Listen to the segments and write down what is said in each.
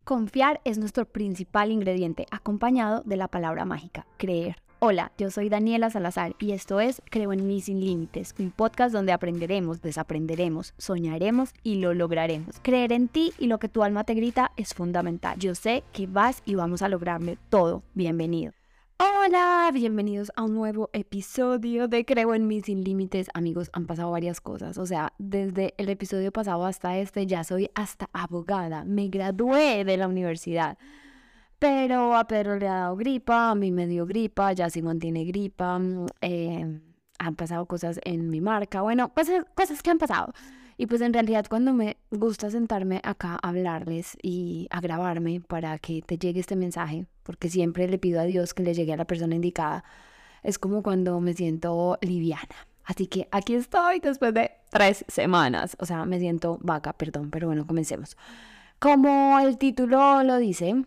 Confiar es nuestro principal ingrediente, acompañado de la palabra mágica, creer. Hola, yo soy Daniela Salazar y esto es Creo en mí sin límites, un podcast donde aprenderemos, desaprenderemos, soñaremos y lo lograremos. Creer en ti y lo que tu alma te grita es fundamental. Yo sé que vas y vamos a lograrlo todo. Bienvenido. Hola, bienvenidos a un nuevo episodio de Creo en mí sin límites. Amigos, han pasado varias cosas, o sea, desde el episodio pasado hasta este ya soy hasta abogada, me gradué de la universidad. Pero a Pedro le ha dado gripa, a mí me dio gripa, ya Simón tiene gripa, han pasado cosas en mi marca, bueno, pues cosas que han pasado. Y pues en realidad cuando me gusta sentarme acá a hablarles y a grabarme para que te llegue este mensaje, porque siempre le pido a Dios que le llegue a la persona indicada, es como cuando me siento liviana. Así que aquí estoy después de 3 semanas, o sea, me siento vaca, perdón, pero bueno, comencemos. Como el título lo dice,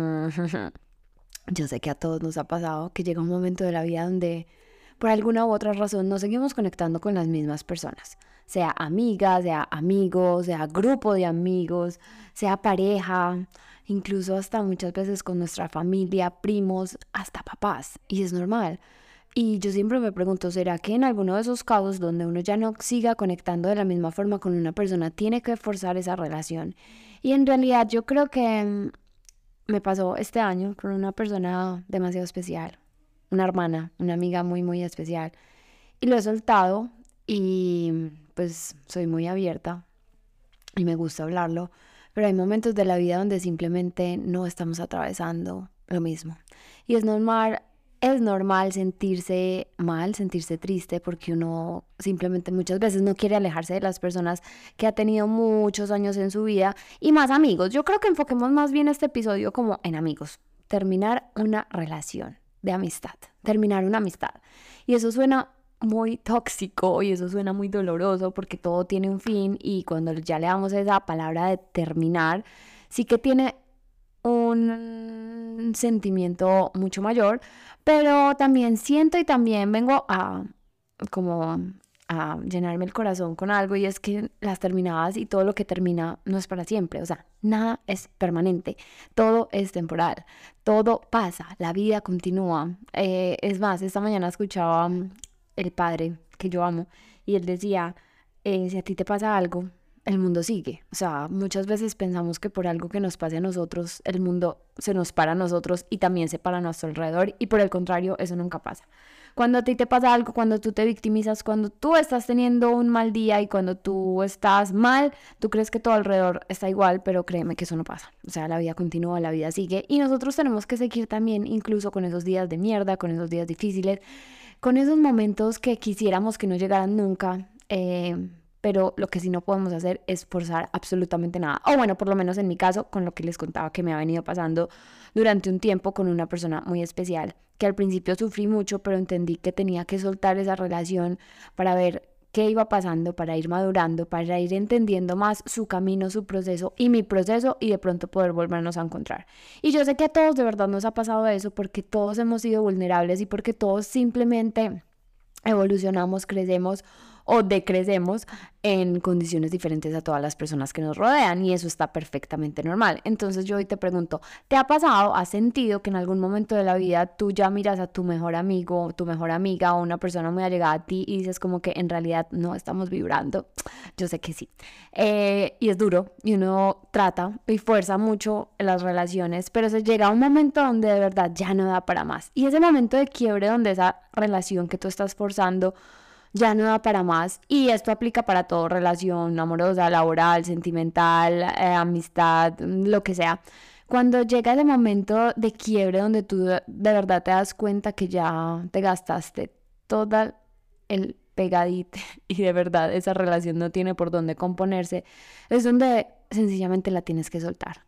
yo sé que a todos nos ha pasado que llega un momento de la vida donde por alguna u otra razón nos seguimos conectando con las mismas personas, sea amigas, sea amigos, sea grupo de amigos, sea pareja, incluso hasta muchas veces con nuestra familia, primos, hasta papás, y es normal. Y yo siempre me pregunto, ¿será que en alguno de esos casos donde uno ya no siga conectando de la misma forma con una persona, tiene que forzar esa relación? Y en realidad yo creo que me pasó este año con una persona demasiado especial, una hermana, una amiga muy, muy especial. Y lo he soltado y pues soy muy abierta y me gusta hablarlo, pero hay momentos de la vida donde simplemente no estamos atravesando lo mismo. Y es normal sentirse mal, sentirse triste, porque uno simplemente muchas veces no quiere alejarse de las personas que ha tenido muchos años en su vida y más amigos. Yo creo que enfoquemos más bien este episodio como en amigos, terminar una relación de amistad, terminar una amistad. Y eso suena muy tóxico y eso suena muy doloroso porque todo tiene un fin y cuando ya le damos esa palabra de terminar, sí que tiene un sentimiento mucho mayor, pero también siento y también vengo a como a llenarme el corazón con algo y es que las terminadas y todo lo que termina no es para siempre, o sea, nada es permanente, todo es temporal, todo pasa, la vida continúa. Es más, esta mañana escuchaba el padre que yo amo y él decía, si a ti te pasa algo, el mundo sigue. O sea, muchas veces pensamos que por algo que nos pase a nosotros, el mundo se nos para a nosotros y también se para a nuestro alrededor y por el contrario, eso nunca pasa. Cuando a ti te pasa algo, cuando tú te victimizas, cuando tú estás teniendo un mal día y cuando tú estás mal, tú crees que todo alrededor está igual, pero créeme que eso no pasa. O sea, la vida continúa, la vida sigue y nosotros tenemos que seguir también, incluso con esos días de mierda, con esos días difíciles, con esos momentos que quisiéramos que no llegaran nunca. Pero lo que sí no podemos hacer es forzar absolutamente nada. O bueno, por lo menos en mi caso, con lo que les contaba que me ha venido pasando durante un tiempo con una persona muy especial, que al principio sufrí mucho, pero entendí que tenía que soltar esa relación para ver qué iba pasando, para ir madurando, para ir entendiendo más su camino, su proceso y mi proceso y de pronto poder volvernos a encontrar. Y yo sé que a todos de verdad nos ha pasado eso porque todos hemos sido vulnerables y porque todos simplemente evolucionamos, crecemos o decrecemos en condiciones diferentes a todas las personas que nos rodean y eso está perfectamente normal. Entonces yo hoy te pregunto, ¿te ha pasado, has sentido que en algún momento de la vida tú ya miras a tu mejor amigo, tu mejor amiga o una persona muy allegada a ti y dices como que en realidad no estamos vibrando? Yo sé que sí. Y es duro y uno trata y fuerza mucho las relaciones, pero se llega a un momento donde de verdad ya no da para más. Y ese momento de quiebre donde esa relación que tú estás forzando ya no da para más y esto aplica para todo, relación amorosa, laboral, sentimental, amistad, lo que sea. Cuando llega ese momento de quiebre donde tú de verdad te das cuenta que ya te gastaste toda el pegadite y de verdad esa relación no tiene por dónde componerse, es donde sencillamente la tienes que soltar.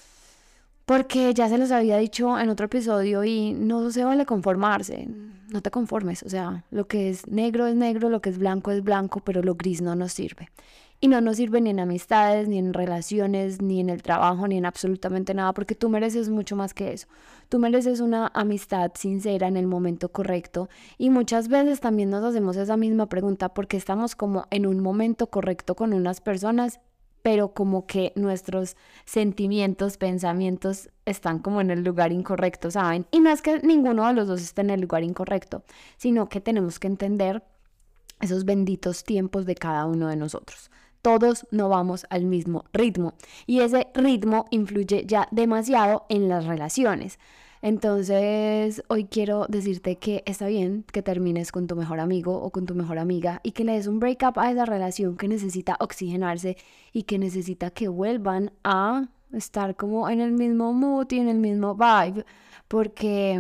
Porque ya se los había dicho en otro episodio y no se vale conformarse, no te conformes, o sea, lo que es negro, lo que es blanco, pero lo gris no nos sirve. Y no nos sirve ni en amistades, ni en relaciones, ni en el trabajo, ni en absolutamente nada, porque tú mereces mucho más que eso. Tú mereces una amistad sincera en el momento correcto y muchas veces también nos hacemos esa misma pregunta porque estamos como en un momento correcto con unas personas pero como que nuestros sentimientos, pensamientos están como en el lugar incorrecto, ¿saben? Y no es que ninguno de los dos esté en el lugar incorrecto, sino que tenemos que entender esos benditos tiempos de cada uno de nosotros. Todos no vamos al mismo ritmo y ese ritmo influye ya demasiado en las relaciones. Entonces, hoy quiero decirte que está bien que termines con tu mejor amigo o con tu mejor amiga y que le des un break up a esa relación que necesita oxigenarse y que necesita que vuelvan a estar como en el mismo mood y en el mismo vibe, porque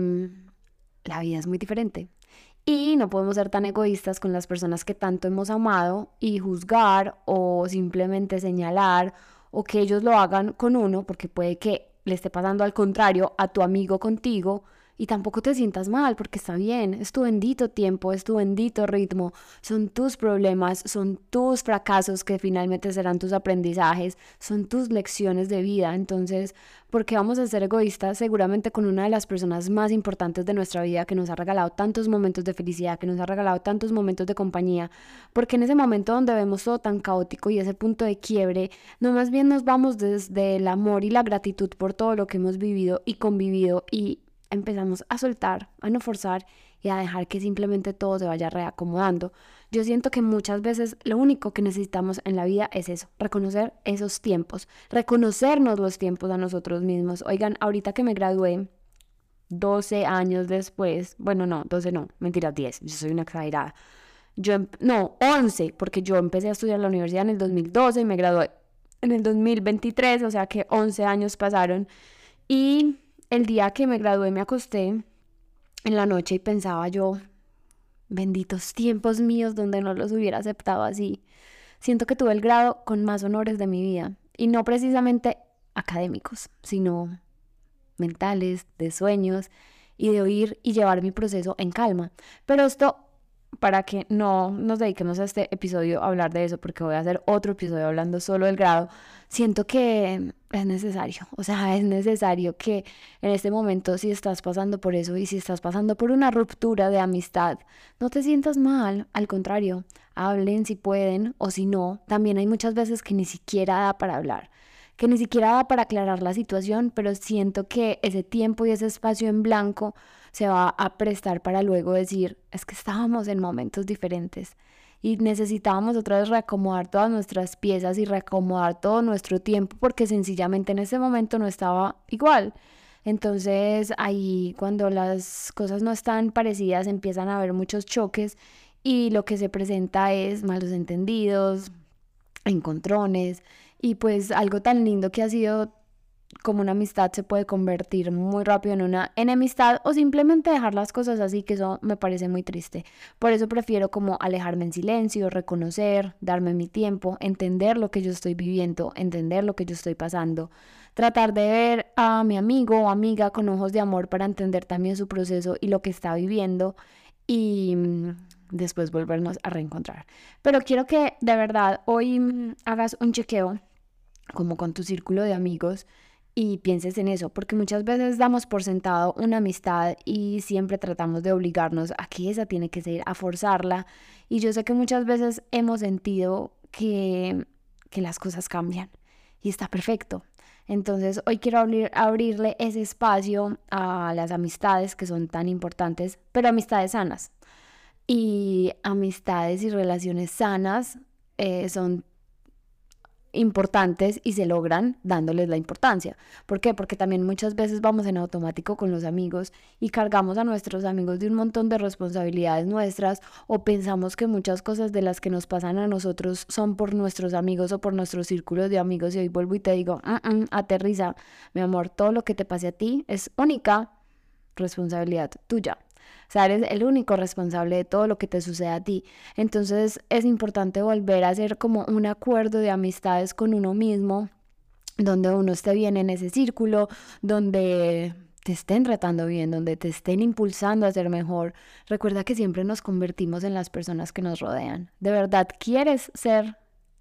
la vida es muy diferente. Y no podemos ser tan egoístas con las personas que tanto hemos amado y juzgar o simplemente señalar o que ellos lo hagan con uno, porque puede que le esté pasando al contrario a tu amigo contigo y tampoco te sientas mal porque está bien, es tu bendito tiempo, es tu bendito ritmo, son tus problemas, son tus fracasos que finalmente serán tus aprendizajes, son tus lecciones de vida. Entonces, ¿por qué vamos a ser egoístas? Seguramente con una de las personas más importantes de nuestra vida, que nos ha regalado tantos momentos de felicidad, que nos ha regalado tantos momentos de compañía, porque en ese momento donde vemos todo tan caótico y ese punto de quiebre, no, más bien nos vamos desde el amor y la gratitud por todo lo que hemos vivido y convivido y empezamos a soltar, a no forzar y a dejar que simplemente todo se vaya reacomodando. Yo siento que muchas veces lo único que necesitamos en la vida es eso, reconocer esos tiempos, reconocernos los tiempos a nosotros mismos. Oigan, ahorita que me gradué, 12 años después, bueno, no, 12 no, mentira, 10, yo soy una exagerada. No, 11, porque yo empecé a estudiar en la universidad en el 2012 y me gradué en el 2023, o sea que 11 años pasaron. Y el día que me gradué me acosté en la noche y pensaba yo, benditos tiempos míos donde no los hubiera aceptado así. Siento que tuve el grado con más honores de mi vida y no precisamente académicos, sino mentales, de sueños y de oír y llevar mi proceso en calma. Pero esto, para que no nos dediquemos a este episodio a hablar de eso, porque voy a hacer otro episodio hablando solo del grado, siento que es necesario. O sea, es necesario que en este momento, si estás pasando por eso y si estás pasando por una ruptura de amistad, no te sientas mal. Al contrario, hablen si pueden o si no. También hay muchas veces que ni siquiera da para hablar, que ni siquiera da para aclarar la situación, pero siento que ese tiempo y ese espacio en blanco se va a prestar para luego decir, es que estábamos en momentos diferentes y necesitábamos otra vez reacomodar todas nuestras piezas y reacomodar todo nuestro tiempo porque sencillamente en ese momento no estaba igual. Entonces ahí cuando las cosas no están parecidas empiezan a haber muchos choques y lo que se presenta es malos entendidos, encontrones y pues algo tan lindo que ha sido como una amistad se puede convertir muy rápido en una enemistad o simplemente dejar las cosas así, que eso me parece muy triste. Por eso prefiero como alejarme en silencio, reconocer, darme mi tiempo, entender lo que yo estoy viviendo, entender lo que yo estoy pasando, tratar de ver a mi amigo o amiga con ojos de amor para entender también su proceso y lo que está viviendo y después volvernos a reencontrar. Pero quiero que de verdad hoy hagas un chequeo como con tu círculo de amigos y pienses en eso, porque muchas veces damos por sentado una amistad y siempre tratamos de obligarnos a que esa tiene que ser, a forzarla. Y yo sé que muchas veces hemos sentido que las cosas cambian y está perfecto. Entonces hoy quiero abrirle ese espacio a las amistades que son tan importantes, pero amistades sanas. Y amistades y relaciones sanas son importantes y se logran dándoles la importancia. ¿Por qué? Porque también muchas veces vamos en automático con los amigos y cargamos a nuestros amigos de un montón de responsabilidades nuestras o pensamos que muchas cosas de las que nos pasan a nosotros son por nuestros amigos o por nuestros círculos de amigos y hoy vuelvo y te digo, aterriza, mi amor, todo lo que te pase a ti es única responsabilidad tuya. O sea, eres el único responsable de todo lo que te sucede a ti. Entonces es importante volver a hacer como un acuerdo de amistades con uno mismo, donde uno esté bien en ese círculo, donde te estén tratando bien, donde te estén impulsando a ser mejor. Recuerda que siempre nos convertimos en las personas que nos rodean. ¿De verdad quieres ser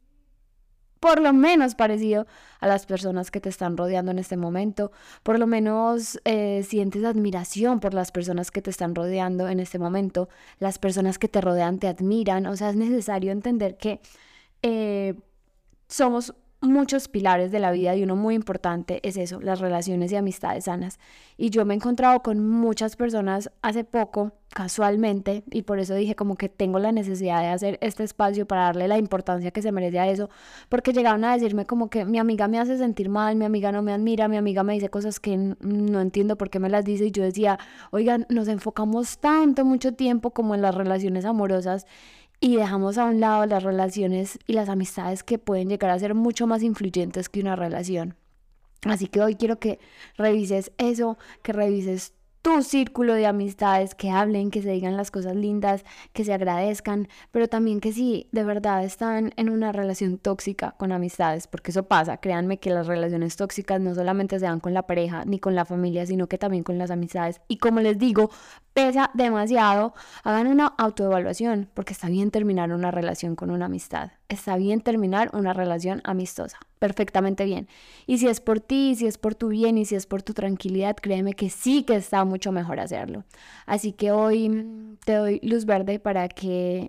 por lo menos parecido a las personas que te están rodeando en este momento? Por lo menos sientes admiración por las personas que te están rodeando en este momento. Las personas que te rodean te admiran. O sea, es necesario entender que somos muchos pilares de la vida y uno muy importante es eso, las relaciones y amistades sanas. Y yo me he encontrado con muchas personas hace poco, casualmente, y por eso dije como que tengo la necesidad de hacer este espacio para darle la importancia que se merece a eso, porque llegaron a decirme como que mi amiga me hace sentir mal, mi amiga no me admira, mi amiga me dice cosas que no entiendo por qué me las dice, y yo decía, oigan, nos enfocamos tanto, mucho tiempo como en las relaciones amorosas y dejamos a un lado las relaciones y las amistades que pueden llegar a ser mucho más influyentes que una relación. Así que hoy quiero que revises eso, que revises tu círculo de amistades, que hablen, que se digan las cosas lindas, que se agradezcan, pero también que si de verdad están en una relación tóxica con amistades, porque eso pasa, créanme que las relaciones tóxicas no solamente se dan con la pareja ni con la familia, sino que también con las amistades. Y como les digo, pesa demasiado, hagan una autoevaluación, porque está bien terminar una relación con una amistad, está bien terminar una relación amistosa, perfectamente bien. Y si es por ti, si es por tu bien y si es por tu tranquilidad, créeme que sí que está mucho mejor hacerlo. Así que hoy te doy luz verde para que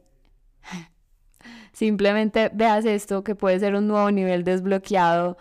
simplemente veas esto, que puede ser un nuevo nivel desbloqueado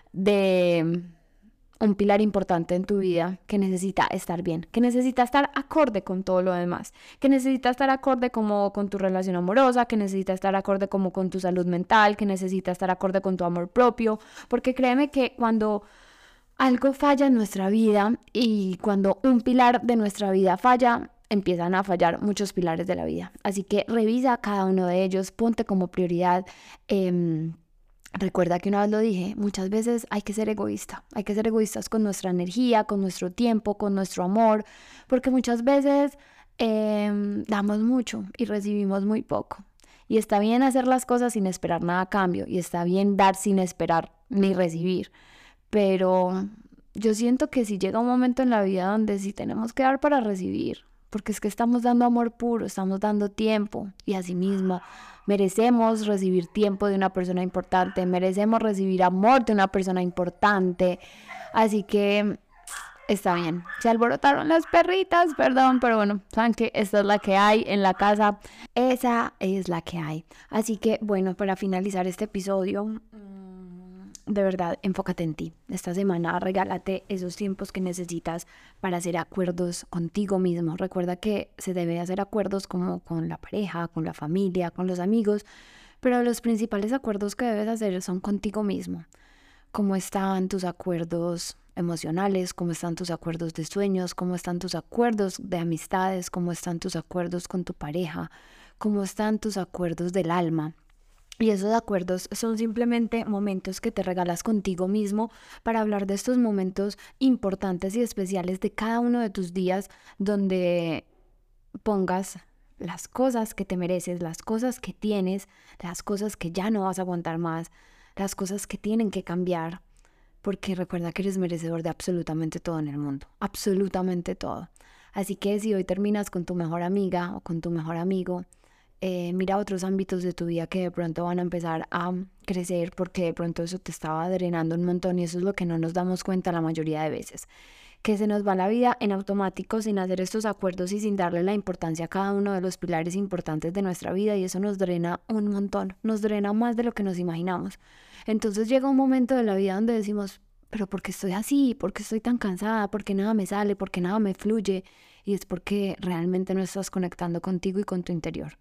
de un pilar importante en tu vida que necesita estar bien, que necesita estar acorde con todo lo demás, que necesita estar acorde como con tu relación amorosa, que necesita estar acorde como con tu salud mental, que necesita estar acorde con tu amor propio, porque créeme que cuando algo falla en nuestra vida y cuando un pilar de nuestra vida falla, empiezan a fallar muchos pilares de la vida. Así que revisa cada uno de ellos, ponte como prioridad. Recuerda que una vez lo dije, muchas veces hay que ser egoísta, hay que ser egoístas con nuestra energía, con nuestro tiempo, con nuestro amor, porque muchas veces damos mucho y recibimos muy poco. Y está bien hacer las cosas sin esperar nada a cambio, y está bien dar sin esperar ni recibir, pero yo siento que si llega un momento en la vida donde sí tenemos que dar para recibir, porque es que estamos dando amor puro, estamos dando tiempo y asimismo merecemos recibir tiempo de una persona importante, merecemos recibir amor de una persona importante, así que está bien. Se alborotaron las perritas, perdón, pero bueno, saben que esta es la que hay en la casa, esa es la que hay. Así que bueno, para finalizar este episodio, de verdad, enfócate en ti. Esta semana regálate esos tiempos que necesitas para hacer acuerdos contigo mismo. Recuerda que se debe hacer acuerdos como con la pareja, con la familia, con los amigos, pero los principales acuerdos que debes hacer son contigo mismo. ¿Cómo están tus acuerdos emocionales? ¿Cómo están tus acuerdos de sueños? ¿Cómo están tus acuerdos de amistades? ¿Cómo están tus acuerdos con tu pareja? ¿Cómo están tus acuerdos del alma? Y esos acuerdos son simplemente momentos que te regalas contigo mismo para hablar de estos momentos importantes y especiales de cada uno de tus días, donde pongas las cosas que te mereces, las cosas que tienes, las cosas que ya no vas a aguantar más, las cosas que tienen que cambiar, porque recuerda que eres merecedor de absolutamente todo en el mundo, absolutamente todo. Así que si hoy terminas con tu mejor amiga o con tu mejor amigo, mira otros ámbitos de tu vida que de pronto van a empezar a crecer, porque de pronto eso te estaba drenando un montón, y eso es lo que no nos damos cuenta la mayoría de veces, que se nos va la vida en automático sin hacer estos acuerdos y sin darle la importancia a cada uno de los pilares importantes de nuestra vida, y eso nos drena un montón, nos drena más de lo que nos imaginamos. Entonces llega un momento de la vida donde decimos, pero ¿por qué estoy así? ¿Por qué estoy tan cansada? ¿Por qué nada me sale? ¿Por qué nada me fluye? Y es porque realmente no estás conectando contigo y con tu interior.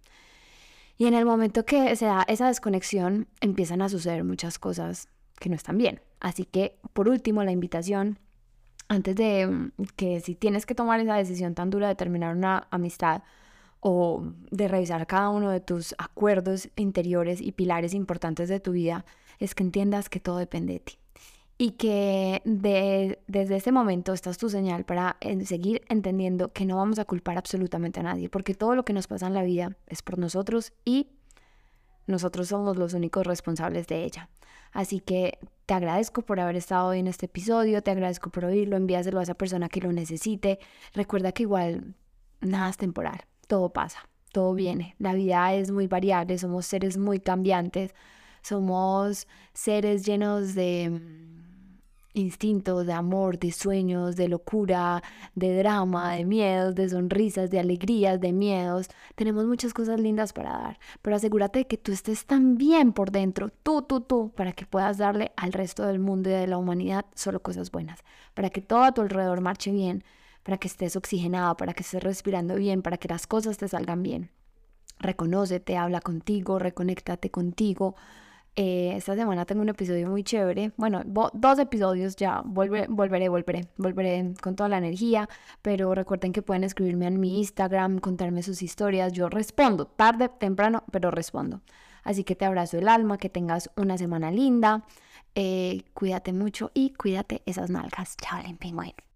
Y en el momento que se da esa desconexión, empiezan a suceder muchas cosas que no están bien. Así que, por último, la invitación, antes de que si tienes que tomar esa decisión tan dura de terminar una amistad o de revisar cada uno de tus acuerdos interiores y pilares importantes de tu vida, es que entiendas que todo depende de ti. Y que desde ese momento esta es tu señal para seguir entendiendo que no vamos a culpar absolutamente a nadie, porque todo lo que nos pasa en la vida es por nosotros y nosotros somos los únicos responsables de ella. Así que te agradezco por haber estado hoy en este episodio, te agradezco por oírlo, envíaselo a esa persona que lo necesite. Recuerda que igual nada es temporal, todo pasa, todo viene. La vida es muy variable, somos seres muy cambiantes, somos seres llenos instintos, de amor, de sueños, de locura, de drama, de miedos, de sonrisas, de alegrías, de miedos. Tenemos muchas cosas lindas para dar, pero asegúrate de que tú estés tan bien por dentro, tú, para que puedas darle al resto del mundo y de la humanidad solo cosas buenas, para que todo a tu alrededor marche bien, para que estés oxigenado, para que estés respirando bien, para que las cosas te salgan bien. Reconócete, habla contigo, reconéctate contigo. Esta semana tengo un episodio muy chévere. Bueno, dos episodios ya. Volveré con toda la energía. Pero recuerden que pueden escribirme en mi Instagram, contarme sus historias. Yo respondo, tarde, temprano, pero respondo. Así que te abrazo el alma, que tengas una semana linda. Cuídate mucho y cuídate esas nalgas. Chao, Pingüino.